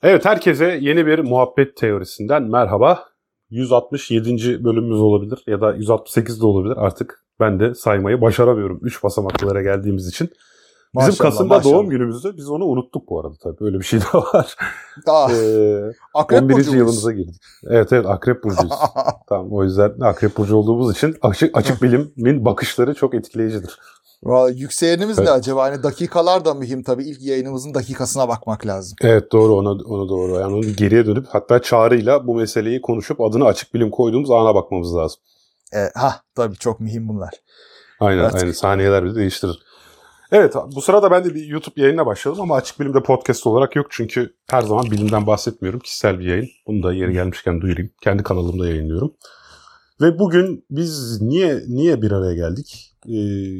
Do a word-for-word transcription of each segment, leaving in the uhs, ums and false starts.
Evet, herkese yeni bir muhabbet teorisinden merhaba. yüz altmış yedinci bölümümüz olabilir ya da yüz altmış sekiz de olabilir. Artık ben de saymayı başaramıyorum üç basamaklara geldiğimiz için. Bizim Maşallah, Kasım'da maşallah. doğum günümüzde biz onu unuttuk bu arada tabii. Öyle bir şey de var. Ah, ee, Akrep on birinci burcu yılımıza muyuz? girdik. Evet evet Akrep burcuyuz. Tamam, o yüzden Akrep burcu olduğumuz için açık, açık bilimin bakışları çok etkileyicidir. Vallahi yükselenimiz ne Evet. acaba? Hani dakikalar da mühim tabii. İlk yayınımızın dakikasına bakmak lazım. Evet doğru, ona, ona doğru. Yani onu geriye dönüp hatta Çağrı'yla bu meseleyi konuşup adını açık bilim koyduğumuz ana bakmamız lazım. E, ha tabii çok mühim bunlar. Aynen Artık. aynen, saniyeler bile değiştirir. Evet, bu sırada ben de bir YouTube yayınına başladım ama Açık Bilim'de podcast olarak yok. Çünkü her zaman bilimden bahsetmiyorum. Kişisel bir yayın. Bunu da yeri gelmişken duyurayım. Kendi kanalımda yayınlıyorum. Ve bugün biz niye niye bir araya geldik? Ee,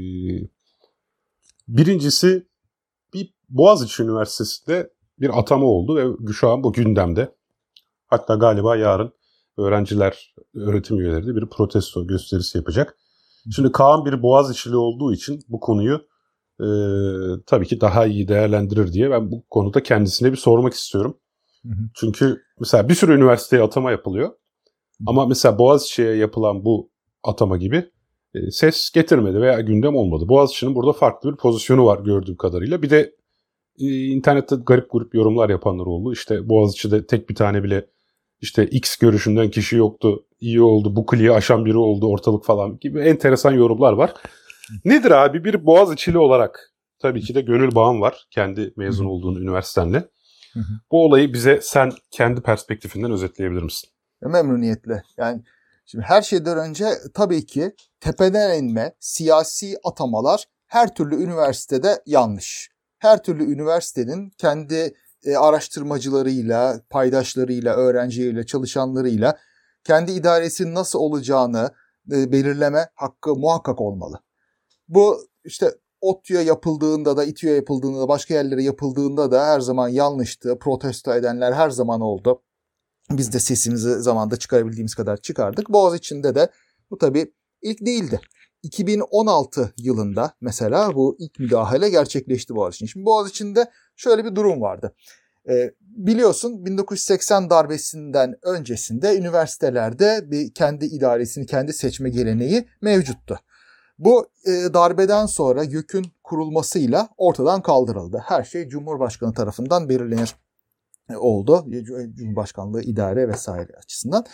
birincisi bir Boğaziçi Üniversitesi'nde bir atama oldu ve şu an bu gündemde. Hatta galiba yarın öğrenciler, öğretim üyeleri de bir protesto gösterisi yapacak. Şimdi Kaan bir Boğaziçi'li olduğu için bu konuyu e, tabii ki daha iyi değerlendirir diye ben bu konuda kendisine bir sormak istiyorum. Hı hı. Çünkü mesela bir sürü üniversiteye atama yapılıyor. Hı. Ama mesela Boğaziçi'ye yapılan bu atama gibi e, ses getirmedi veya gündem olmadı. Boğaziçi'nin burada farklı bir pozisyonu var gördüğüm kadarıyla. Bir de e, internette garip grup yorumlar yapanlar oldu. İşte Boğaziçi'de tek bir tane bile İşte X görüşünden kişi yoktu, iyi oldu, bu kliği aşan biri oldu ortalık falan gibi enteresan yorumlar var. Nedir abi, bir Boğaziçi'li olarak tabii ki de gönül bağım var kendi mezun olduğun üniversitenle. Bu olayı bize sen kendi perspektifinden özetleyebilir misin? Memnuniyetle. Yani şimdi her şeyden önce tabii ki tepeden inme siyasi atamalar her türlü üniversitede yanlış. Her türlü üniversitenin kendi E, araştırmacılarıyla, paydaşlarıyla, öğrencileriyle, çalışanlarıyla kendi idaresinin nasıl olacağını e, belirleme hakkı muhakkak olmalı. Bu işte ODTÜ'ye yapıldığında da, İTÜ'ye yapıldığında da, başka yerlere yapıldığında da her zaman yanlıştı. Protesto edenler her zaman oldu. Biz de sesimizi zamanında çıkarabildiğimiz kadar çıkardık. Boğaziçi'nde de bu tabii ilk değildi. iki bin on altı yılında mesela bu ilk müdahale gerçekleşti Boğaziçi'nde. Şimdi Boğaziçi'nde şöyle bir durum vardı. Ee, biliyorsun bin dokuz yüz seksen darbesinden öncesinde üniversitelerde bir kendi idaresini, kendi seçme geleneği mevcuttu. Bu e, darbeden sonra YÖK'ün kurulmasıyla ortadan kaldırıldı. Her şey Cumhurbaşkanı tarafından belirlenir oldu. Cumhurbaşkanlığı idare vesaire açısından.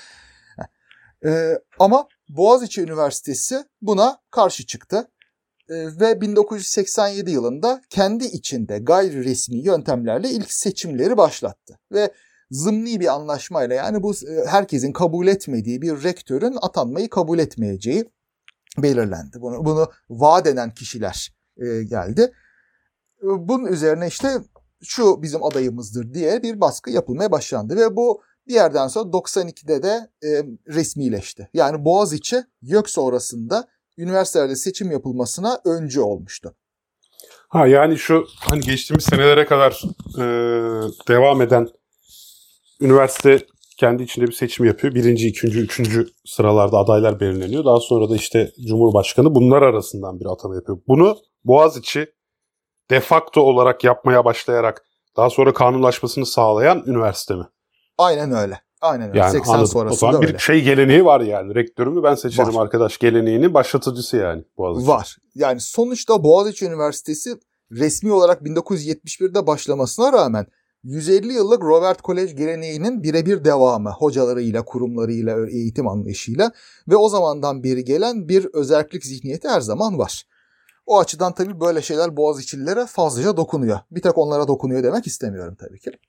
Ee, ama Boğaziçi Üniversitesi buna karşı çıktı. Ee, ve bin dokuz yüz seksen yedi yılında kendi içinde gayri resmi yöntemlerle ilk seçimleri başlattı. Ve zımni bir anlaşmayla, yani bu herkesin kabul etmediği bir rektörün atanmayı kabul etmeyeceği belirlendi. Bunu, bunu vaat eden kişiler e, geldi. Bunun üzerine işte şu bizim adayımızdır diye bir baskı yapılmaya başlandı ve bu bir yerden sonra doksan ikide de e, resmileşti. Yani Boğaziçi YÖK sonrasında üniversitelerde seçim yapılmasına öncü olmuştu. Ha yani şu hani geçtiğimiz senelere kadar e, devam eden üniversite kendi içinde bir seçim yapıyor. Birinci, ikinci, üçüncü sıralarda adaylar belirleniyor. Daha sonra da işte Cumhurbaşkanı bunlar arasından bir atama yapıyor. Bunu Boğaziçi de facto olarak yapmaya başlayarak daha sonra kanunlaşmasını sağlayan üniversite mi? Aynen öyle. Aynen öyle. Yani seksen anladım. sonrasında o zaman bir öyle. şey geleneği var yani. Rektörümü ben seçerim var. Arkadaş geleneğinin başlatıcısı yani Boğaziçi. Var. Yani sonuçta Boğaziçi Üniversitesi resmi olarak bin dokuz yüz yetmiş birde başlamasına rağmen yüz elli yıllık Robert Kolej geleneğinin birebir devamı, hocalarıyla, kurumlarıyla, eğitim anlayışıyla ve o zamandan beri gelen bir özerklik zihniyeti her zaman var. O açıdan tabii böyle şeyler Boğaziçi'lilere fazlaca dokunuyor. Bir tek onlara dokunuyor demek istemiyorum tabii ki.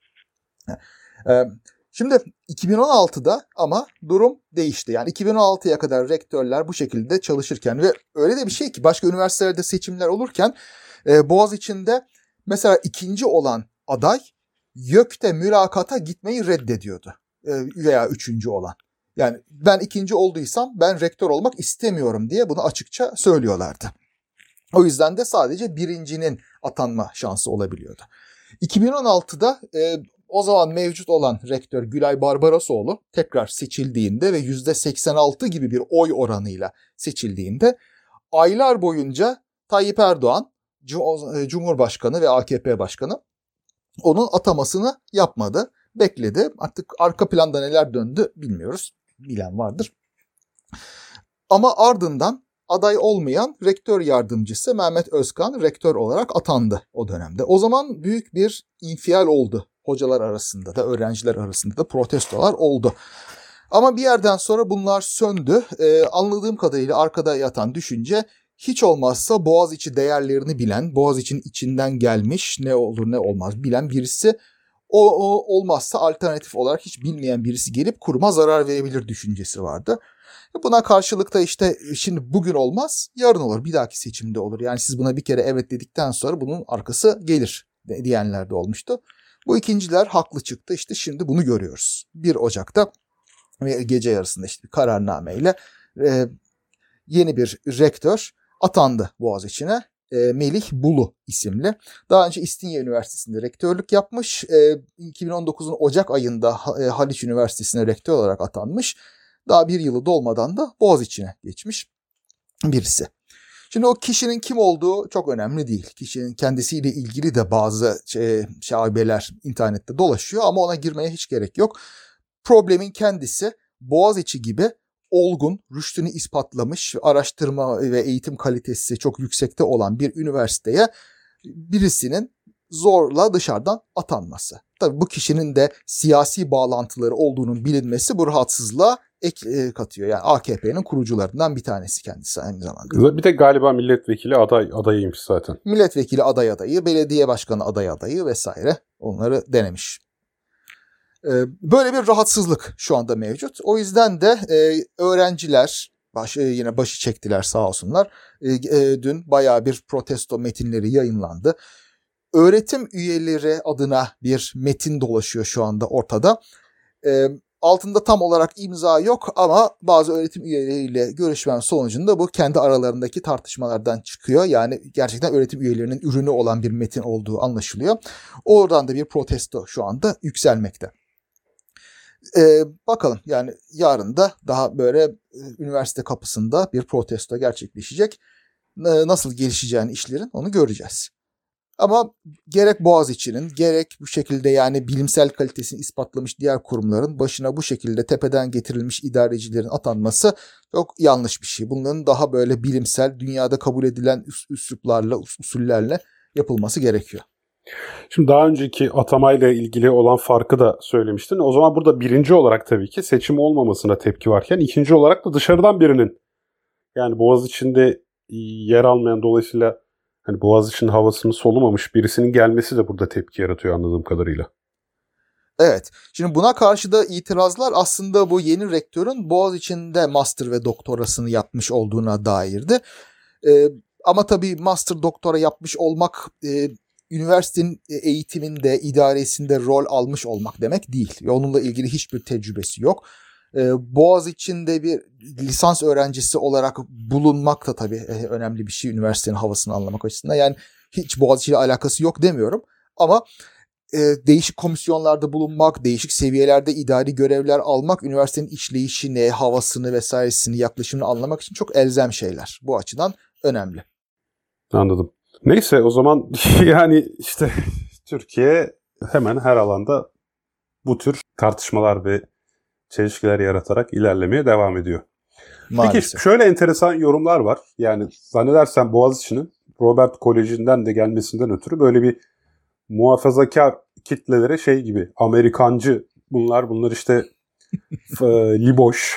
Şimdi iki bin on altıda ama durum değişti. Yani iki bin on altıya kadar rektörler bu şekilde çalışırken ve öyle de bir şey ki başka üniversitelerde seçimler olurken Boğaziçi'nde mesela ikinci olan aday YÖK'te mülakata gitmeyi reddediyordu veya üçüncü olan. Yani ben ikinci olduysam ben rektör olmak istemiyorum diye bunu açıkça söylüyorlardı. O yüzden de sadece birincinin atanma şansı olabiliyordu. iki bin on altıda e, o zaman mevcut olan rektör Gülay Barbarosoğlu tekrar seçildiğinde ve yüzde seksen altı gibi bir oy oranıyla seçildiğinde aylar boyunca Tayyip Erdoğan, Cumhurbaşkanı ve A K P Başkanı onun atamasını yapmadı. bekledi. Artık arka planda neler döndü bilmiyoruz. Bilen vardır. Ama ardından aday olmayan rektör yardımcısı Mehmet Özkan rektör olarak atandı o dönemde. O zaman büyük bir infial oldu. Hocalar arasında da, öğrenciler arasında da protestolar oldu. Ama bir yerden sonra bunlar söndü. Ee, anladığım kadarıyla arkada yatan düşünce hiç olmazsa Boğaziçi değerlerini bilen, Boğaziçi'nin içinden gelmiş, ne olur ne olmaz bilen birisi, o, o olmazsa alternatif olarak hiç bilmeyen birisi gelip kuruma zarar verebilir düşüncesi vardı. Buna karşılık da işte şimdi bugün olmaz, yarın olur, bir dahaki seçimde olur. Yani siz buna bir kere evet dedikten sonra bunun arkası gelir diyenler de olmuştu. Bu ikinciler haklı çıktı, işte şimdi bunu görüyoruz. bir Ocak'ta ve gece yarısında işte bir kararnameyle e, yeni bir rektör atandı Boğaziçi'ne. E, Melih Bulu isimli. Daha önce İstinye Üniversitesi'nde rektörlük yapmış. E, iki bin on dokuzun Ocak ayında e, Haliç Üniversitesi'ne rektör olarak atanmış. Daha bir yılı dolmadan da Boğaziçi'ne geçmiş birisi. Şimdi o kişinin kim olduğu çok önemli değil. Kişinin kendisiyle ilgili de bazı şey, şaibeler internette dolaşıyor ama ona girmeye hiç gerek yok. Problemin kendisi Boğaziçi gibi olgun, rüştünü ispatlamış, araştırma ve eğitim kalitesi çok yüksekte olan bir üniversiteye birisinin zorla dışarıdan atanması. Tabii bu kişinin de siyasi bağlantıları olduğunun bilinmesi bu rahatsızlığa ek katıyor. Yani A K P'nin kurucularından bir tanesi kendisi aynı zamanda. Bir de galiba milletvekili aday adayıymış zaten. Milletvekili aday adayı, belediye başkanı aday adayı vesaire onları denemiş. Böyle bir rahatsızlık şu anda mevcut. O yüzden de öğrenciler baş, yine başı çektiler sağ olsunlar. Dün bayağı bir protesto metinleri yayınlandı. Öğretim üyeleri adına bir metin dolaşıyor şu anda ortada. Altında tam olarak imza yok ama bazı öğretim üyeleriyle görüşmem sonucunda bu kendi aralarındaki tartışmalardan çıkıyor. Yani gerçekten öğretim üyelerinin ürünü olan bir metin olduğu anlaşılıyor. Oradan da bir protesto şu anda yükselmekte. Ee, bakalım yani yarın da daha böyle e, üniversite kapısında bir protesto gerçekleşecek. N- nasıl gelişeceğini işlerin onu göreceğiz. Ama gerek Boğaziçi'nin gerek bu şekilde yani bilimsel kalitesini ispatlamış diğer kurumların başına bu şekilde tepeden getirilmiş idarecilerin atanması çok yanlış bir şey. Bunların daha böyle bilimsel, dünyada kabul edilen üs- üsluplarla, usullerle yapılması gerekiyor. Şimdi daha önceki atamayla ilgili olan farkı da söylemiştin. O zaman burada birinci olarak tabii ki seçim olmamasına tepki varken ikinci olarak da dışarıdan birinin yani Boğaziçi'nde yer almayan dolayısıyla hani Boğaziçi'nin havasını solumamış birisinin gelmesi de burada tepki yaratıyor anladığım kadarıyla. Evet. Şimdi buna karşı da itirazlar aslında bu yeni rektörün Boğaziçi'nde master ve doktorasını yapmış olduğuna dairdi. Ee, ama tabii master doktora yapmış olmak e, üniversitenin eğitiminde, idaresinde rol almış olmak demek değil. Onunla ilgili hiçbir tecrübesi yok. Ee, Boğaziçi'nde bir lisans öğrencisi olarak bulunmak da tabii e, önemli bir şey üniversitenin havasını anlamak açısından. Yani hiç Boğaziçi ile alakası yok demiyorum ama e, değişik komisyonlarda bulunmak, değişik seviyelerde idari görevler almak, üniversitenin işleyişini, havasını vesairesini, yaklaşımını anlamak için çok elzem şeyler. Bu açıdan önemli. Anladım. Neyse o zaman yani işte Türkiye hemen her alanda bu tür tartışmalar ve çelişkiler yaratarak ilerlemeye devam ediyor. Maalesef. Peki şöyle enteresan yorumlar var. Yani zannedersem Boğaziçi'nin Robert Koleji'nden de gelmesinden ötürü böyle bir muhafazakar kitlelere şey gibi Amerikancı bunlar bunlar işte e, liboş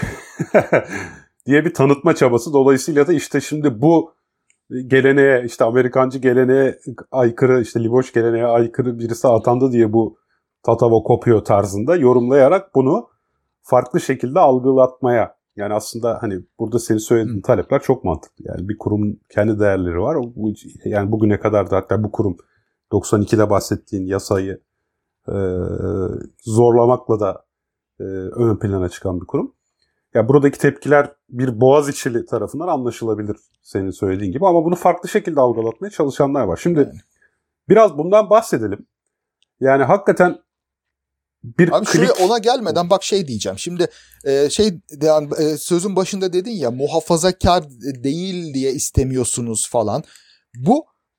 diye bir tanıtma çabası. Dolayısıyla da işte şimdi bu geleneğe işte Amerikancı geleneğe aykırı işte liboş geleneğe aykırı birisi atandı diye bu tatava kopuyor tarzında yorumlayarak bunu farklı şekilde algılatmaya yani aslında hani burada senin söylediğin talepler çok mantıklı. Yani bir kurumun kendi değerleri var. Yani bugüne kadar da hatta bu kurum doksan ikide bahsettiğin yasayı e, zorlamakla da e, ön plana çıkan bir kurum. Ya buradaki tepkiler bir Boğaziçi'li tarafından anlaşılabilir senin söylediğin gibi ama bunu farklı şekilde algılatmaya çalışanlar var. Şimdi yani. Biraz bundan bahsedelim. Yani hakikaten bir Abi klik... şuraya ona gelmeden bak şey diyeceğim. Şimdi e, şey yani, e, sözün başında dedin ya muhafazakar değil diye istemiyorsunuz falan. Bu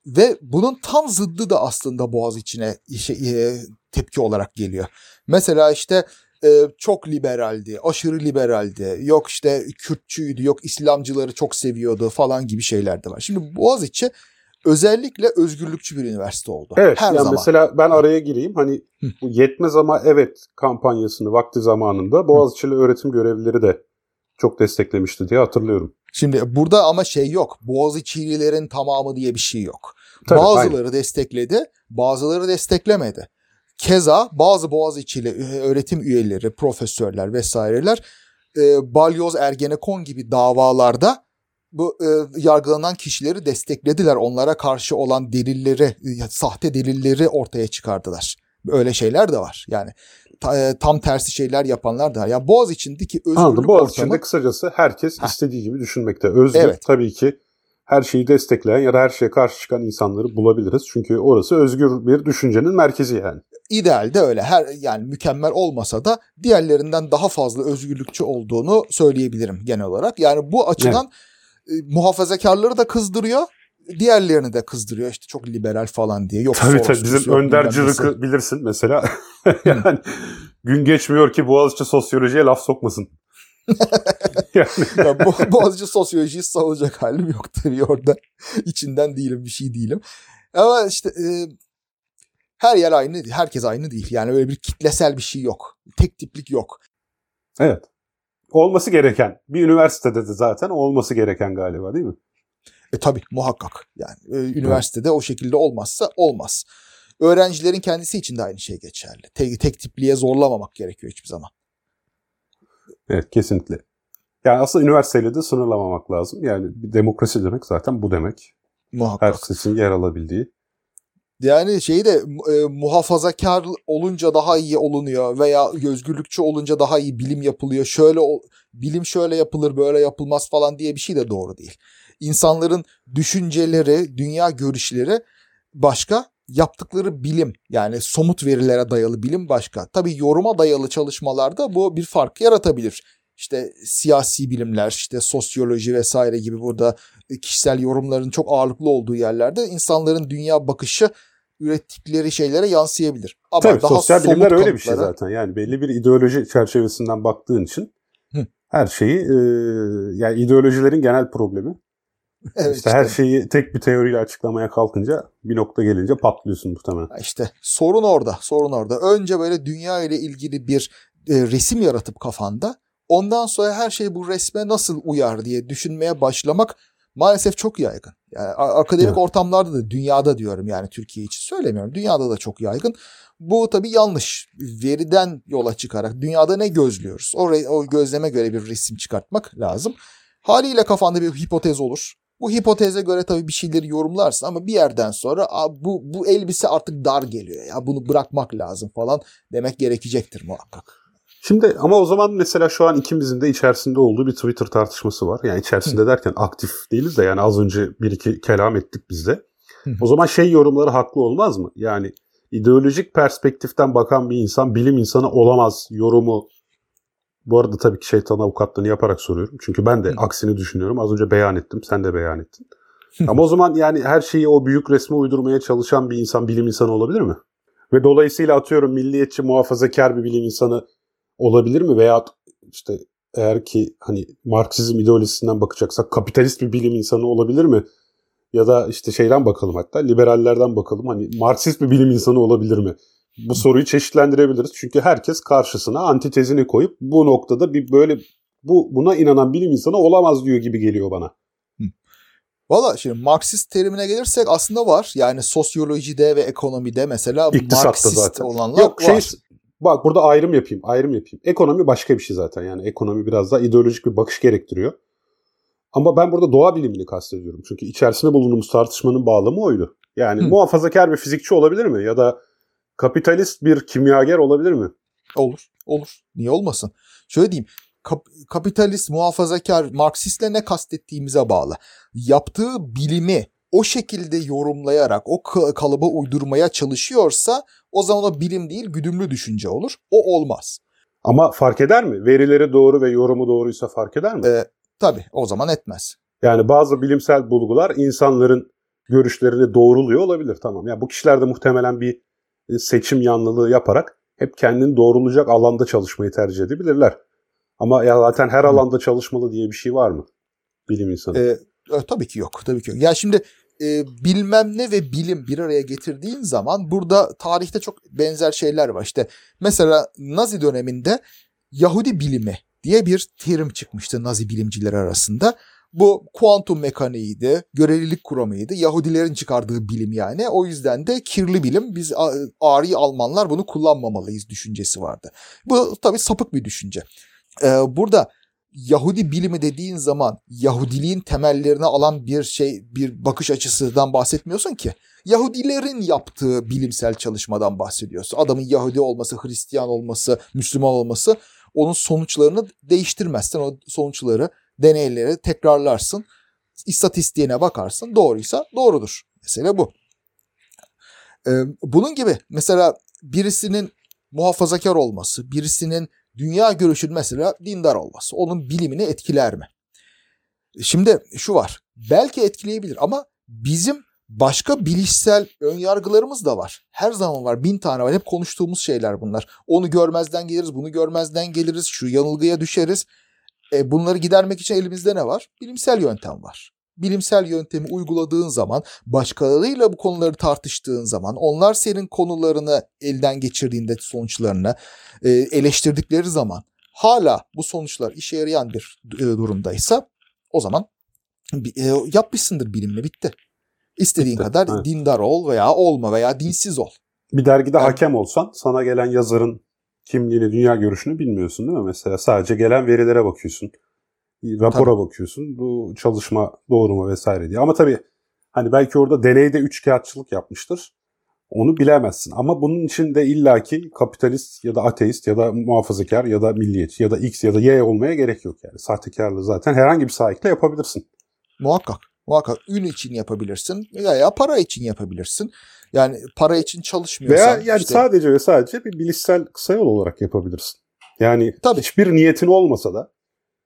Ve bunun tam zıddı da aslında Boğaziçi'ne şey, e, tepki olarak geliyor. Mesela işte e, çok liberaldi, aşırı liberaldi, yok işte Kürtçüydü, yok İslamcıları çok seviyordu falan gibi şeyler de var. Şimdi Boğaziçi özellikle özgürlükçü bir üniversite oldu. Evet, her yani zaman. mesela ben araya gireyim. Hani bu yetmez ama evet kampanyasını vakti zamanında Boğaziçi'li öğretim görevlileri de çok desteklemişti diye hatırlıyorum. Şimdi burada ama şey yok. Boğaziçi'lilerin tamamı diye bir şey yok. Tabii, bazıları aynen. destekledi, bazıları desteklemedi. Keza bazı Boğaziçi'li öğretim üyeleri, profesörler vesaireler e, Balyoz, Ergenekon gibi davalarda bu e, yargılanan kişileri desteklediler. Onlara karşı olan delilleri, e, sahte delilleri ortaya çıkardılar. Öyle şeyler de var. Yani ta, e, tam tersi şeyler yapanlar da var. Yani Boğaziçi'ndeki özgürlük Anladım. Boğaziçi'nde ortamı... kısacası herkes Heh. istediği gibi düşünmekte. Özgür, Evet. tabii ki her şeyi destekleyen ya da her şeye karşı çıkan insanları bulabiliriz. Çünkü orası özgür bir düşüncenin merkezi yani. İdealde öyle. Her yani mükemmel olmasa da diğerlerinden daha fazla özgürlükçü olduğunu söyleyebilirim genel olarak. Yani bu açıdan evet. e, muhafazakarları da kızdırıyor, diğerlerini de kızdırıyor. İşte çok liberal falan diye. Yok tabii tabii bizim yok, Önder Cırık'ı bilirsin mesela. Yani gün geçmiyor ki Boğaziçi sosyolojiye laf sokmasın. Yani. Ya, bu, Boğaziçi sosyolojiyi savunacak halim yok tabii orada. İçinden değilim, bir şey değilim. Ama işte e, her yer aynı, herkes aynı değil. Yani öyle bir kitlesel bir şey yok. Tek tiplik yok. Evet. Olması gereken. Bir üniversitede de zaten olması gereken galiba değil mi? E tabii muhakkak. Yani e, üniversitede evet. O şekilde olmazsa olmaz. Öğrencilerin kendisi için de aynı şey geçerli. Tek, tek tipliğe zorlamamak gerekiyor hiçbir zaman. Evet, kesinlikle. Yani aslında üniversiteyle de sınırlamamak lazım. Yani bir demokrasi demek zaten bu demek. Muhakkak. Her sesin yer alabildiği. Yani şeyi de e, muhafazakar olunca daha iyi olunuyor veya özgürlükçü olunca daha iyi bilim yapılıyor. Şöyle bilim şöyle yapılır, böyle yapılmaz falan diye bir şey de doğru değil. İnsanların düşünceleri, dünya görüşleri başka, yaptıkları bilim yani somut verilere dayalı bilim başka. Tabii yoruma dayalı çalışmalarda bu bir fark yaratabilir. İşte siyasi bilimler, işte sosyoloji vesaire gibi burada kişisel yorumların çok ağırlıklı olduğu yerlerde insanların dünya bakışı ürettikleri şeylere yansıyabilir. Ama tabii daha sosyal bilimler öyle kanıtlara... bir şey zaten. Yani belli bir ideoloji çerçevesinden baktığın için Hı. her şeyi e, yani ideolojilerin genel problemi. Evet, işte, işte her şeyi tek bir teoriyle açıklamaya kalkınca bir nokta gelince patlıyorsun muhtemelen. İşte sorun orada, sorun orada. Önce böyle dünya ile ilgili bir e, resim yaratıp kafanda, ondan sonra her şey bu resme nasıl uyar diye düşünmeye başlamak maalesef çok yaygın. Yani akademik evet. ortamlarda da, dünyada diyorum yani Türkiye için söylemiyorum. Dünyada da çok yaygın. Bu tabii yanlış. Veriden yola çıkarak dünyada ne gözlüyoruz? O, re- o gözleme göre bir resim çıkartmak lazım. Haliyle kafanda bir hipotez olur. Bu hipoteze göre tabii bir şeyleri yorumlarsın ama bir yerden sonra bu bu elbise artık dar geliyor ya, bunu bırakmak lazım falan demek gerekecektir muhakkak. Şimdi ama o zaman mesela şu an ikimizin de içerisinde olduğu bir Twitter tartışması var. Yani içerisinde Hı. derken aktif değiliz de yani az önce bir iki kelam ettik biz de. Hı. O zaman şey yorumları haklı olmaz mı? Yani ideolojik perspektiften bakan bir insan bilim insanı olamaz yorumu. Bu arada tabii ki şeytan avukatlığını yaparak soruyorum. Çünkü ben de Hı. aksini düşünüyorum. Az önce beyan ettim, sen de beyan ettin. Ama o zaman yani her şeyi o büyük resme uydurmaya çalışan bir insan bilim insanı olabilir mi? Ve dolayısıyla atıyorum milliyetçi, muhafazakar bir bilim insanı olabilir mi? Veya işte eğer ki hani Marksizm ideolojisinden bakacaksak kapitalist bir bilim insanı olabilir mi? Ya da işte şeyden bakalım, hatta liberallerden bakalım. Hani Marksist bir bilim insanı olabilir mi? Bu soruyu çeşitlendirebiliriz. Çünkü herkes karşısına antitezini koyup bu noktada bir böyle bu buna inanan bilim insanı olamaz diyor gibi geliyor bana. Valla şimdi Marksist terimine gelirsek aslında var. Yani sosyolojide ve ekonomide mesela İktisatta Marksist zaten olanlar Yok, var. Şey, bak burada ayrım yapayım, ayrım yapayım. Ekonomi başka bir şey zaten. Yani ekonomi biraz daha ideolojik bir bakış gerektiriyor. Ama ben burada doğa bilimini kastediyorum. Çünkü içerisinde bulunduğumuz tartışmanın bağlamı oydu. Yani Hı. muhafazakar bir fizikçi olabilir mi? Ya da kapitalist bir kimyager olabilir mi? Olur, olur. Niye olmasın? Şöyle diyeyim. Kap- kapitalist, muhafazakar, Marksistle ne kastettiğimize bağlı. Yaptığı bilimi o şekilde yorumlayarak, o kalıba uydurmaya çalışıyorsa o zaman o bilim değil, güdümlü düşünce olur. O olmaz. Ama fark eder mi? Verileri doğru ve yorumu doğruysa fark eder mi? Ee, tabii, o zaman etmez. Yani bazı bilimsel bulgular insanların görüşlerini doğruluyor olabilir. Tamam. Ya bu kişiler de muhtemelen bir seçim yanlılığı yaparak hep kendini doğrulayacak alanda çalışmayı tercih edebilirler. Ama ya zaten her alanda çalışmalı diye bir şey var mı? Bilim insanı. Ee, tabii ki yok. Tabii ki yok. Ya şimdi e, bilmem ne ve bilim bir araya getirdiğin zaman burada tarihte çok benzer şeyler var. İşte mesela Nazi döneminde Yahudi bilimi diye bir terim çıkmıştı Nazi bilimcileri arasında. Bu kuantum mekaniğiydi, görelilik kuramıydı. Yahudilerin çıkardığı bilim yani. O yüzden de kirli bilim, biz ari Almanlar bunu kullanmamalıyız düşüncesi vardı. Bu tabii sapık bir düşünce. Ee, burada Yahudi bilimi dediğin zaman Yahudiliğin temellerini alan bir şey, bir bakış açısından bahsetmiyorsun ki. Yahudilerin yaptığı bilimsel çalışmadan bahsediyorsun. Adamın Yahudi olması, Hristiyan olması, Müslüman olması onun sonuçlarını değiştirmezsen o sonuçları, deneyleri tekrarlarsın. İstatistiğine bakarsın. Doğruysa doğrudur. Mesele bu. Ee, bunun gibi mesela birisinin muhafazakar olması, birisinin dünya görüşünün mesela dindar olması onun bilimini etkiler mi? Şimdi şu var. Belki etkileyebilir ama bizim başka bilişsel önyargılarımız da var. Her zaman var. Bin tane var. Hep konuştuğumuz şeyler bunlar. Onu görmezden geliriz, bunu görmezden geliriz, şu yanılgıya düşeriz. E bunları gidermek için elimizde ne var? Bilimsel yöntem var. Bilimsel yöntemi uyguladığın zaman, başkalarıyla bu konuları tartıştığın zaman, onlar senin konularını elden geçirdiğinde sonuçlarını e, eleştirdikleri zaman hala bu sonuçlar işe yarayan bir e, durumdaysa o zaman e, yapmışsındır bilimle, bitti. İstediğin bitti, kadar evet. Dindar ol veya olma veya dinsiz ol. Bir dergide yani, hakem olsan sana gelen yazarın kimliğini, dünya görüşünü bilmiyorsun değil mi? Mesela sadece gelen verilere bakıyorsun. Rapora tabii. bakıyorsun. Bu çalışma doğru mu vesaire diye. Ama tabii hani belki orada deneyde üçkağıtçılık yapmıştır. Onu bilemezsin. Ama bunun için de illaki kapitalist ya da ateist ya da muhafazakar ya da milliyetçi ya da X ya da Y olmaya gerek yok yani. Sahtekarlığı zaten herhangi bir sahikle yapabilirsin. Muhakkak. Muhakkak. Ün için yapabilirsin veya para için yapabilirsin. Yani para için çalışmıyorsan. Veya yani işte, sadece ve sadece bir bilişsel kısa yol olarak yapabilirsin. Yani tabii. Hiçbir niyetin olmasa da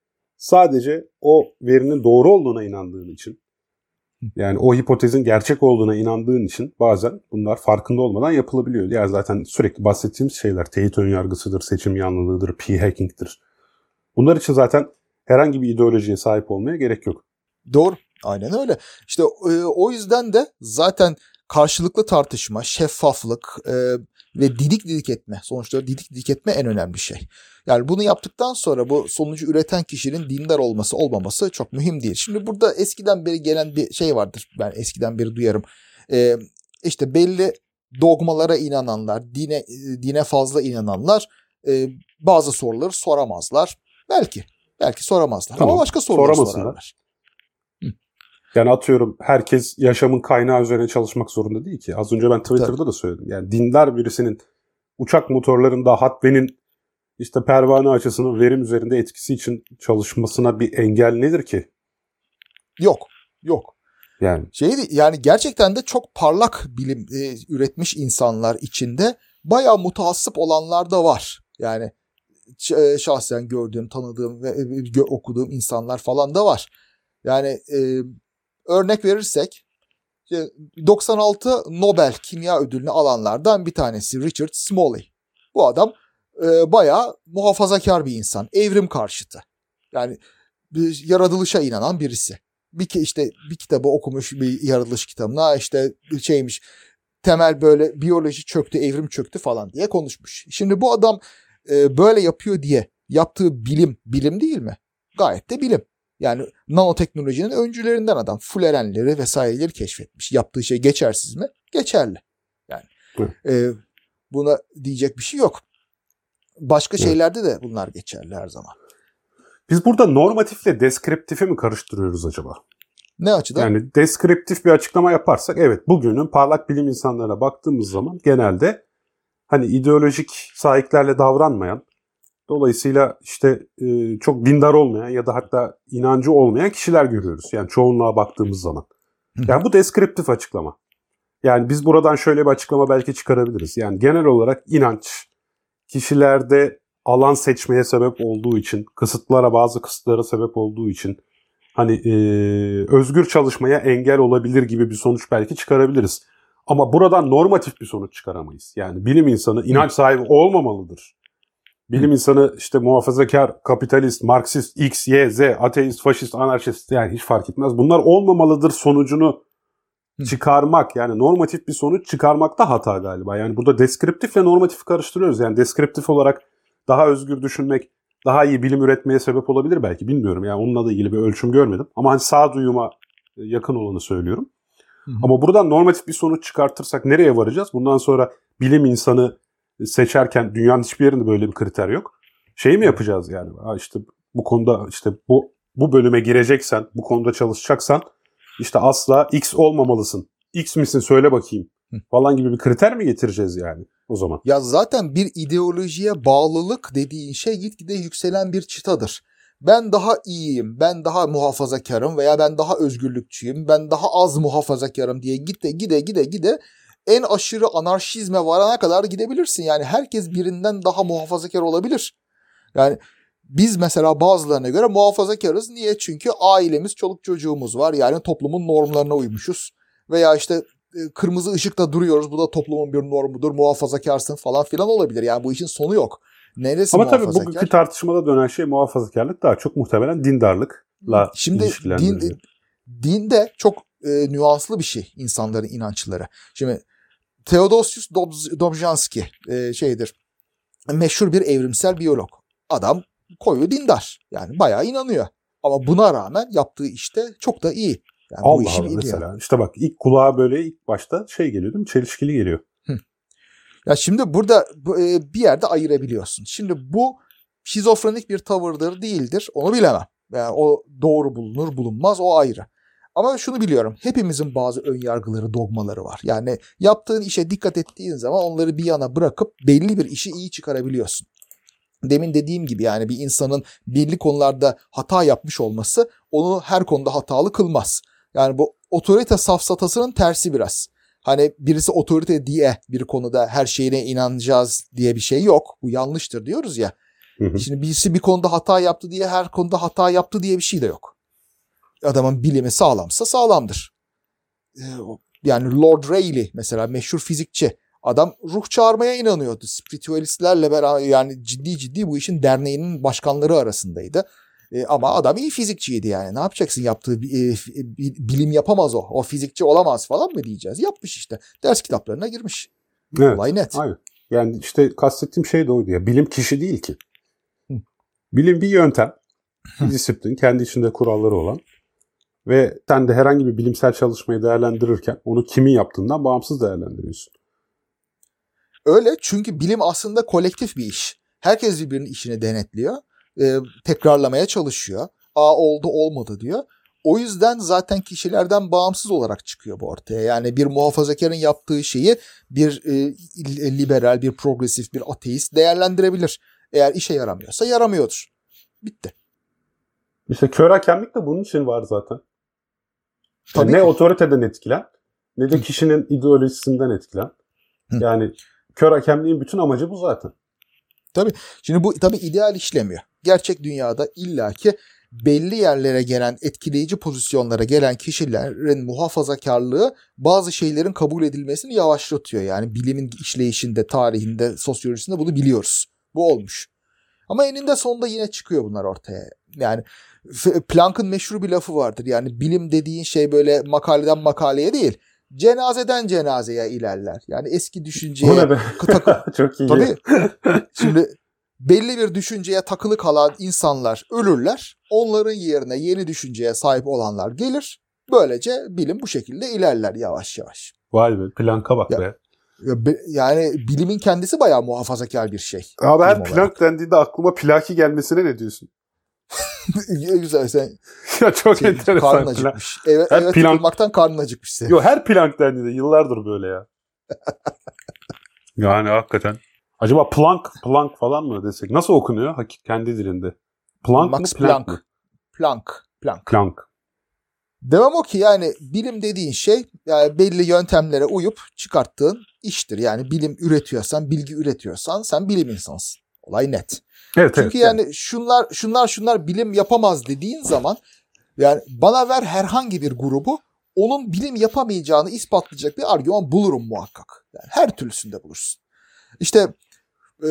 sadece o verinin doğru olduğuna inandığın için, yani o hipotezin gerçek olduğuna inandığın için bazen bunlar farkında olmadan yapılabiliyor. Yani zaten sürekli bahsettiğimiz şeyler teyit önyargısıdır, seçim yanlılığıdır, p-hacking'tir. Bunlar için zaten herhangi bir ideolojiye sahip olmaya gerek yok. Doğru. Aynen öyle. İşte e, o yüzden de zaten karşılıklı tartışma, şeffaflık e, ve didik didik etme, sonuçta didik didik etme en önemli şey. Yani bunu yaptıktan sonra bu sonucu üreten kişinin dindar olması olmaması çok mühim değil. Şimdi burada eskiden beri gelen bir şey vardır. Ben eskiden beri duyarım. E, işte belli dogmalara inananlar, dine dine fazla inananlar e, bazı soruları soramazlar. Belki. Belki soramazlar. Tamam. Ama başka sorular sorarlar. Yani atıyorum herkes yaşamın kaynağı üzerine çalışmak zorunda değil ki. Az önce ben Twitter'da Tabii. da söyledim. Yani dindar birisinin uçak motorlarında Huawei'nin işte pervane açısının verim üzerinde etkisi için çalışmasına bir engel nedir ki? Yok. Yok. Yani Şeydi, yani gerçekten de çok parlak bilim e, üretmiş insanlar içinde bayağı mutaassıp olanlar da var. Yani ş- şahsen gördüğüm, tanıdığım ve e, okuduğum insanlar falan da var. Yani e, örnek verirsek doksan altı Nobel Kimya Ödülünü alanlardan bir tanesi Richard Smalley. Bu adam e, bayağı muhafazakar bir insan. Evrim karşıtı. Yani bir yaratılışa inanan birisi. Bir işte bir kitabı okumuş, bir yaratılış kitabına işte şeymiş, temel böyle biyoloji çöktü, evrim çöktü falan diye konuşmuş. Şimdi bu adam e, böyle yapıyor diye yaptığı bilim bilim değil mi? Gayet de bilim. Yani nanoteknolojinin öncülerinden adam. Fullerenleri vesaireleri keşfetmiş. Yaptığı şey geçersiz mi? Geçerli. Yani e, buna diyecek bir şey yok. Başka Hı. şeylerde de bunlar geçerli her zaman. Biz burada normatifle deskriptifi mi karıştırıyoruz acaba? Ne açıdan? Yani deskriptif bir açıklama yaparsak evet bugünün parlak bilim insanlarına baktığımız zaman genelde hani ideolojik sahiplerle davranmayan, dolayısıyla işte e, çok dindar olmayan ya da hatta inancı olmayan kişiler görüyoruz. Yani çoğunluğa baktığımız zaman. Yani bu deskriptif açıklama. Yani biz buradan şöyle bir açıklama belki çıkarabiliriz. Yani genel olarak inanç kişilerde alan seçmeye sebep olduğu için, kısıtlara bazı kısıtlara sebep olduğu için hani e, özgür çalışmaya engel olabilir gibi bir sonuç belki çıkarabiliriz. Ama buradan normatif bir sonuç çıkaramayız. Yani bilim insanı inanç sahibi olmamalıdır. Bilim insanı işte muhafazakar, kapitalist, Marksist, X, Y, Z, ateist, faşist, anarşist yani hiç fark etmez. Bunlar olmamalıdır sonucunu çıkarmak yani normatif bir sonuç çıkarmakta hata galiba. Yani burada deskriptifle normatifi karıştırıyoruz. Yani deskriptif olarak daha özgür düşünmek daha iyi bilim üretmeye sebep olabilir belki bilmiyorum. Yani onunla da ilgili bir ölçüm görmedim. Ama hani sağduyuma yakın olanı söylüyorum. Hı hı. Ama buradan normatif bir sonuç çıkartırsak nereye varacağız? Bundan sonra bilim insanı seçerken dünyanın hiçbir yerinde böyle bir kriter yok. Şey mi yapacağız yani? Ha işte bu konuda işte bu bu bölüme gireceksen, bu konuda çalışacaksan işte asla X olmamalısın. X misin söyle bakayım falan gibi bir kriter mi getireceğiz yani o zaman? Ya zaten bir ideolojiye bağlılık dediğin şey gitgide yükselen bir çıtadır. Ben daha iyiyim, ben daha muhafazakarım veya ben daha özgürlükçüyüm, ben daha az muhafazakarım diye gide gide gide gide en aşırı anarşizme varana kadar gidebilirsin. Yani herkes birinden daha muhafazakar olabilir. Yani biz mesela bazılarına göre muhafazakarız. Niye? Çünkü ailemiz, çoluk çocuğumuz var. Yani toplumun normlarına uymuşuz. Veya işte kırmızı ışıkta duruyoruz. Bu da toplumun bir normudur. Muhafazakarsın falan filan olabilir. Yani bu işin sonu yok. Neresi Ama muhafazakar? tabii bugünkü tartışmada dönen şey muhafazakarlık daha çok muhtemelen dindarlıkla Şimdi ilişkilendiriliyor. Din, din de çok e, nüanslı bir şey insanların inançları. Şimdi Theodosius Dobzhansky e, şeydir. Meşhur bir evrimsel biyolog. Adam koyu dindar. Yani bayağı inanıyor. Ama buna rağmen yaptığı işte çok da iyi. Yani Allah bu işi Allah biliyor. mesela. İşte bak ilk kulağa böyle ilk başta şey geliyor değil mi? Çelişkili geliyor. Hı. Ya şimdi burada bir yerde ayırabiliyorsun. Şimdi bu şizofrenik bir tavırdır değildir. Onu bilemem. Yani o doğru bulunur bulunmaz o ayrı. Ama şunu biliyorum. Hepimizin bazı önyargıları, dogmaları var. Yani yaptığın işe dikkat ettiğin zaman onları bir yana bırakıp belli bir işi iyi çıkarabiliyorsun. Demin dediğim gibi yani bir insanın belli konularda hata yapmış olması onu her konuda hatalı kılmaz. Yani bu otorite safsatasının tersi biraz. Hani birisi otorite diye bir konuda her şeyine inanacağız diye bir şey yok. Bu yanlıştır diyoruz ya. Hı hı. Şimdi birisi bir konuda hata yaptı diye her konuda hata yaptı diye bir şey de yok. Adamın bilimi sağlamsa sağlamdır. Yani Lord Rayleigh mesela meşhur fizikçi. Adam ruh çağırmaya inanıyordu. Spiritüalistlerle beraber yani ciddi ciddi bu işin derneğinin başkanları arasındaydı. E, ama adam iyi fizikçiydi yani. Ne yapacaksın yaptığı e, bilim yapamaz o. O fizikçi olamaz falan mı diyeceğiz? Yapmış işte. Ders kitaplarına girmiş. Evet. Olay net. Aynen. Yani işte kastettiğim şey de oydu ya. Bilim kişi değil ki. Hı. Bilim bir yöntem. Bir disiplin. Kendi içinde kuralları olan. Ve sen de herhangi bir bilimsel çalışmayı değerlendirirken onu kimin yaptığından bağımsız değerlendiriyorsun. Öyle çünkü bilim aslında kolektif bir iş. Herkes birbirinin işini denetliyor. E, tekrarlamaya çalışıyor. Aa oldu olmadı diyor. O yüzden zaten kişilerden bağımsız olarak çıkıyor bu ortaya. Yani bir muhafazakarın yaptığı şeyi bir e, liberal, bir progresif, bir ateist değerlendirebilir. Eğer işe yaramıyorsa yaramıyordur. Bitti. İşte kör hakemlik de bunun için var zaten. Yani ne ki. Otoriteden etkilen ne de kişinin ideolojisinden etkilen. Hı. Yani kör hakemliğin bütün amacı bu zaten. Tabii. Şimdi bu tabii ideal işlemiyor. Gerçek dünyada illaki belli yerlere gelen, etkileyici pozisyonlara gelen kişilerin muhafazakarlığı bazı şeylerin kabul edilmesini yavaşlatıyor. Yani bilimin işleyişinde, tarihinde, sosyolojisinde bunu biliyoruz. Bu olmuş. Ama eninde sonunda yine çıkıyor bunlar ortaya. Yani Planck'ın meşhur bir lafı vardır. Yani bilim dediğin şey böyle makaleden makaleye değil. Cenazeden cenazeye ilerler. Yani eski düşünceye takı... Çok iyi. Tabii. Şimdi belli bir düşünceye takılı kalan insanlar ölürler. Onların yerine yeni düşünceye sahip olanlar gelir. Böylece bilim bu şekilde ilerler yavaş yavaş. Vay be, Planck'a bak ya, be. Yani bilimin kendisi bayağı muhafazakar bir şey. Abi her Planck dendiğinde aklıma Plaki gelmesine ne diyorsun? Güzel sen. Ya çok şey, enteresan. Karnın acıkmış. Evet, evet Planck... tıkılmaktan karnın acıkmış senin. Yok her Planck dendiğinde yıllardır böyle ya. Yani hakikaten. Acaba Planck, Planck falan mı desek? Nasıl okunuyor hakik kendi dilinde? Planck Max mı? Planck, Planck mı? Planck. Planck. Planck. Devam o ki yani bilim dediğin şey yani belli yöntemlere uyup çıkarttığın iştir. Yani bilim üretiyorsan, bilgi üretiyorsan sen bilim insansın. Olay net. Evet, Çünkü evet, yani evet. şunlar şunlar şunlar bilim yapamaz dediğin zaman Yani bana ver herhangi bir grubu, onun bilim yapamayacağını ispatlayacak bir argüman bulurum muhakkak. Yani her türlüsünde bulursun. İşte e,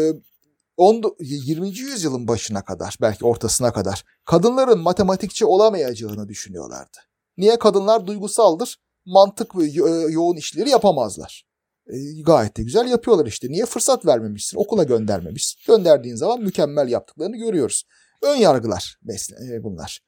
yirminci yüzyılın başına kadar, belki ortasına kadar kadınların matematikçi olamayacağını düşünüyorlardı. Niye? Kadınlar duygusaldır, mantık ve yo- yoğun işleri yapamazlar. E, gayet de güzel yapıyorlar işte. Niye? Fırsat vermemişsin, okula göndermemişsin. Gönderdiğin zaman mükemmel yaptıklarını görüyoruz. Ön yargılar mesle- bunlar.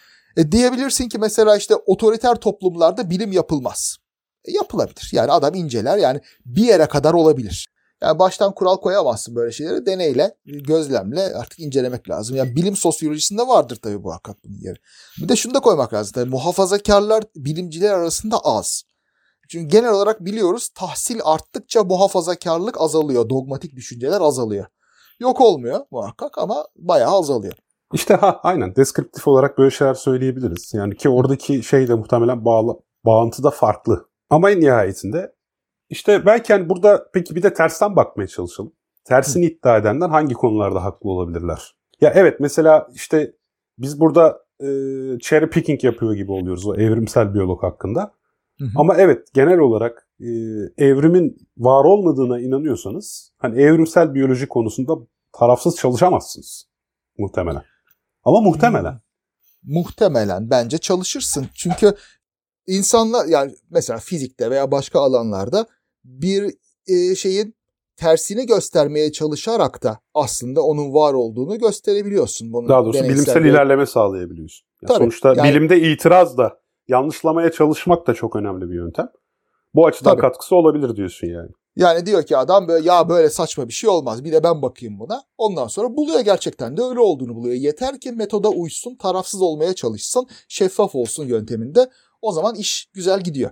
E, diyebilirsin ki mesela işte otoriter toplumlarda bilim yapılmaz. E, yapılabilir. Yani adam inceler, yani bir yere kadar olabilir. Yani baştan kural koyamazsın böyle şeyleri. Deneyle, gözlemle artık incelemek lazım. Yani bilim sosyolojisinde vardır tabii bu hakikat bunun yeri. Bir de şunu da koymak lazım. Tabii muhafazakarlar bilimciler arasında az. Çünkü genel olarak biliyoruz, tahsil arttıkça muhafazakarlık azalıyor. Dogmatik düşünceler azalıyor. Yok olmuyor muhakkak ama bayağı azalıyor. İşte ha aynen deskriptif olarak böyle şeyler söyleyebiliriz. Yani ki oradaki şey de muhtemelen bağla, bağıntı da farklı. Ama en nihayetinde işte belki yani burada peki bir de tersten bakmaya çalışalım. Tersini Hı. iddia edenler hangi konularda haklı olabilirler? Ya evet, mesela işte biz burada e, cherry picking yapıyor gibi oluyoruz o evrimsel biyolog hakkında. Hı hı. Ama evet, genel olarak e, evrimin var olmadığına inanıyorsanız hani evrimsel biyoloji konusunda tarafsız çalışamazsınız muhtemelen. Ama muhtemelen. Hmm. Muhtemelen bence çalışırsın. Çünkü insanlar, yani mesela fizikte veya başka alanlarda bir e, şeyin tersini göstermeye çalışarak da aslında onun var olduğunu gösterebiliyorsun. Bunu daha doğrusu bilimsel bir ilerleme sağlayabiliyorsun. Yani Tabii, sonuçta yani, bilimde itiraz da, yanlışlamaya çalışmak da çok önemli bir yöntem. Bu açıdan Tabii. katkısı olabilir diyorsun yani. Yani diyor ki adam böyle, ya böyle saçma bir şey olmaz, bir de ben bakayım buna. Ondan sonra buluyor, gerçekten de öyle olduğunu buluyor. Yeter ki metoda uysun, tarafsız olmaya çalışsın, şeffaf olsun yönteminde. O zaman iş güzel gidiyor.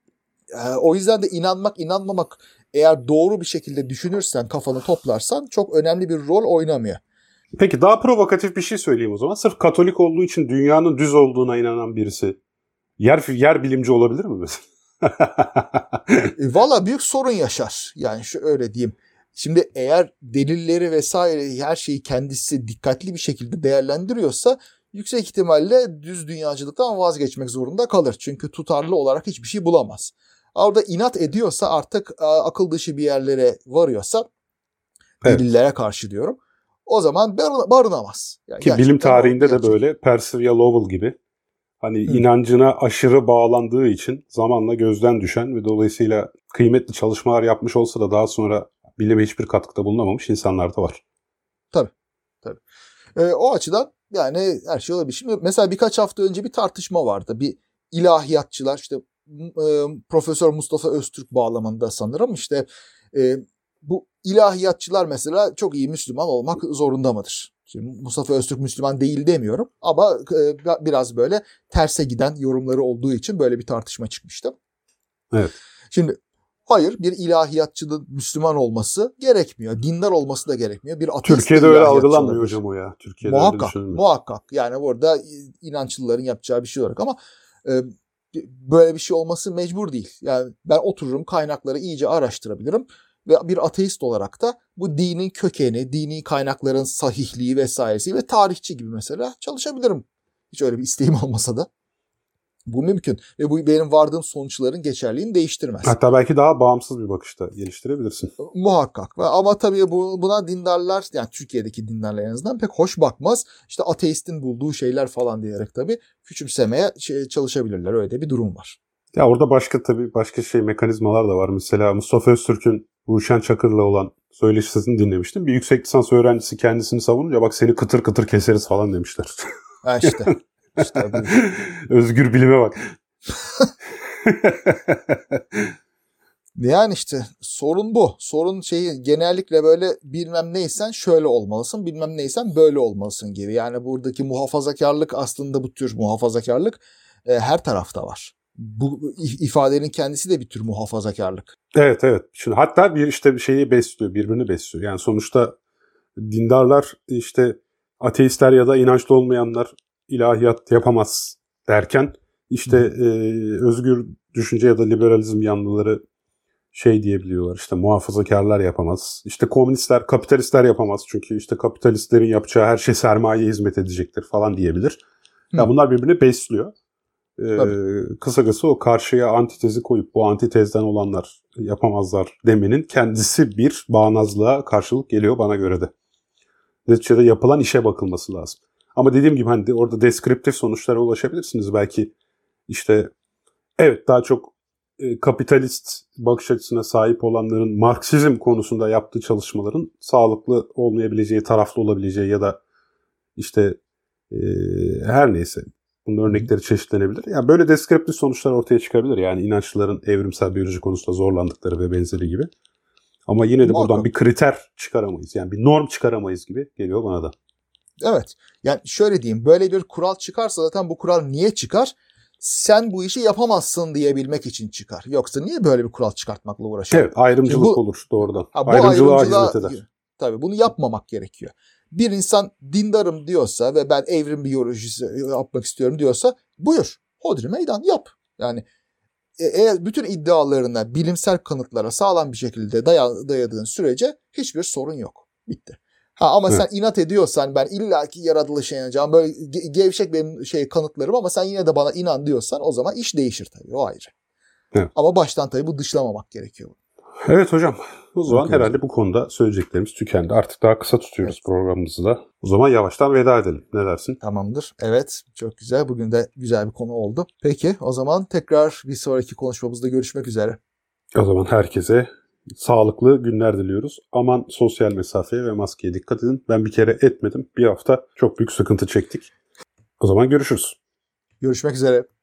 Ee, o yüzden de inanmak, inanmamak, eğer doğru bir şekilde düşünürsen, kafanı toplarsan çok önemli bir rol oynamıyor. Peki daha provokatif bir şey söyleyeyim o zaman. Sırf Katolik olduğu için dünyanın düz olduğuna inanan birisi yer yer bilimci olabilir mi mesela? e, Valla büyük sorun yaşar. Yani şu öyle diyeyim. Şimdi eğer delilleri vesaire her şeyi kendisi dikkatli bir şekilde değerlendiriyorsa yüksek ihtimalle düz dünyacılıktan vazgeçmek zorunda kalır. Çünkü tutarlı olarak hiçbir şey bulamaz. Orada inat ediyorsa, artık akıl dışı bir yerlere varıyorsa, evet, delillere karşı diyorum, o zaman barınamaz. Yani ki bilim tarihinde de böyle Percival Lowell gibi hani Hı. inancına aşırı bağlandığı için zamanla gözden düşen ve dolayısıyla kıymetli çalışmalar yapmış olsa da daha sonra bilime hiçbir katkıda bulunamamış insanlar da var. Tabii. Tabii. E, o açıdan yani her şey olabilir. Şimdi mesela birkaç hafta önce bir tartışma vardı. Bir ilahiyatçılar, işte e, Profesör Mustafa Öztürk bağlamında sanırım, işte e, bu ilahiyatçılar mesela çok iyi Müslüman olmak zorunda mıdır? Şimdi Mustafa Öztürk Müslüman değil demiyorum ama e, biraz böyle terse giden yorumları olduğu için böyle bir tartışma çıkmıştı. Evet. Şimdi hayır, bir ilahiyatçının Müslüman olması gerekmiyor. Dindar olması da gerekmiyor. Bir ateist Türkiye'de öyle algılanmıyor hocam o ya. Türkiye'de muhakkak, öyle muhakkak. Yani burada inançlıların yapacağı bir şey olarak, ama e, böyle bir şey olması mecbur değil. Yani ben otururum, kaynakları iyice araştırabilirim ve bir ateist olarak da bu dinin kökeni, dini kaynakların sahihliği vesairesi ve tarihçi gibi mesela çalışabilirim. Hiç öyle bir isteğim olmasa da. Bu mümkün ve bu benim vardığım sonuçların geçerliğini değiştirmez. Hatta belki daha bağımsız bir bakışta geliştirebilirsin. Muhakkak. Ama tabii bu, buna dindarlar, yani Türkiye'deki dindarlar en azından pek hoş bakmaz. İşte ateistin bulduğu şeyler falan diyerek tabii küçümsemeye şey, çalışabilirler. Öyle de bir durum var. Ya orada başka tabii başka şey mekanizmalar da var. Mesela Mustafa Öztürk'ün Ruşen Çakır'la olan söyleşisini dinlemiştim. Bir yüksek lisans öğrencisi kendisini savununca bak seni kıtır kıtır keseriz falan demişler. Ha işte. İşte özgür bilime bak. Yani işte sorun bu. Sorun şeyi genellikle böyle bilmem neysen şöyle olmalısın, bilmem neysen böyle olmalısın gibi. Yani buradaki muhafazakarlık, aslında bu tür muhafazakarlık e, her tarafta var. Bu ifadenin kendisi de bir tür muhafazakarlık. Evet evet. Şimdi hatta bir işte bir şeyi besliyor, birbirini besliyor. Yani sonuçta dindarlar işte ateistler ya da inançlı olmayanlar ilahiyat yapamaz derken işte e, özgür düşünce ya da liberalizm yanlıları şey diyebiliyorlar, işte muhafazakarlar yapamaz, işte komünistler, kapitalistler yapamaz çünkü işte kapitalistlerin yapacağı her şey sermayeye hizmet edecektir falan diyebilir. Yani bunlar birbirini besliyor. Ee, kısacası o karşıya antitezi koyup bu antitezden olanlar yapamazlar demenin kendisi bir bağnazlığa karşılık geliyor bana göre de. Neticede yapılan işe bakılması lazım. Ama dediğim gibi hani de orada deskriptif sonuçlara ulaşabilirsiniz. Belki işte evet daha çok e, kapitalist bakış açısına sahip olanların Marksizm konusunda yaptığı çalışmaların sağlıklı olmayabileceği, taraflı olabileceği ya da işte e, her neyse bunun örnekleri çeşitlenebilir. Yani böyle deskriptif sonuçlar ortaya çıkabilir. Yani inançlıların evrimsel biyoloji konusunda zorlandıkları ve benzeri gibi. Ama yine de Muhakkak. buradan bir kriter çıkaramayız. Yani bir norm çıkaramayız gibi geliyor bana da. Evet. Yani şöyle diyeyim. Böyle bir kural çıkarsa zaten bu kural niye çıkar? Sen bu işi yapamazsın diyebilmek için çıkar. Yoksa niye böyle bir kural çıkartmakla uğraşalım? Evet, ayrımcılık bu, olur doğrudan. Ha, bu ayrımcılığa hizmet eder. Tabii bunu yapmamak gerekiyor. Bir insan dindarım diyorsa ve ben evrim biyolojisi yapmak istiyorum diyorsa buyur. Hodri meydan yap. Yani eğer bütün iddialarına, bilimsel kanıtlara sağlam bir şekilde dayadığın sürece hiçbir sorun yok. Bitti. Ha ama evet. Sen inat ediyorsan ben illaki yaratılışa inanacağım. Böyle gevşek benim şey kanıtlarım ama sen yine de bana inan diyorsan o zaman iş değişir tabii. O ayrı. Evet. Ama baştan tabii bu dışlamamak gerekiyor. Evet hocam. O zaman Bakın herhalde hocam. Bu konuda söyleyeceklerimiz tükendi. Artık daha kısa tutuyoruz evet. programımızı da. O zaman yavaştan veda edelim. Ne dersin? Tamamdır. Evet. Çok güzel. Bugün de güzel bir konu oldu. Peki o zaman tekrar bir sonraki konuşmamızda görüşmek üzere. O zaman herkese sağlıklı günler diliyoruz. Aman sosyal mesafeye ve maskeye dikkat edin. Ben bir kere etmedim. Bir hafta çok büyük sıkıntı çektik. O zaman görüşürüz. Görüşmek üzere.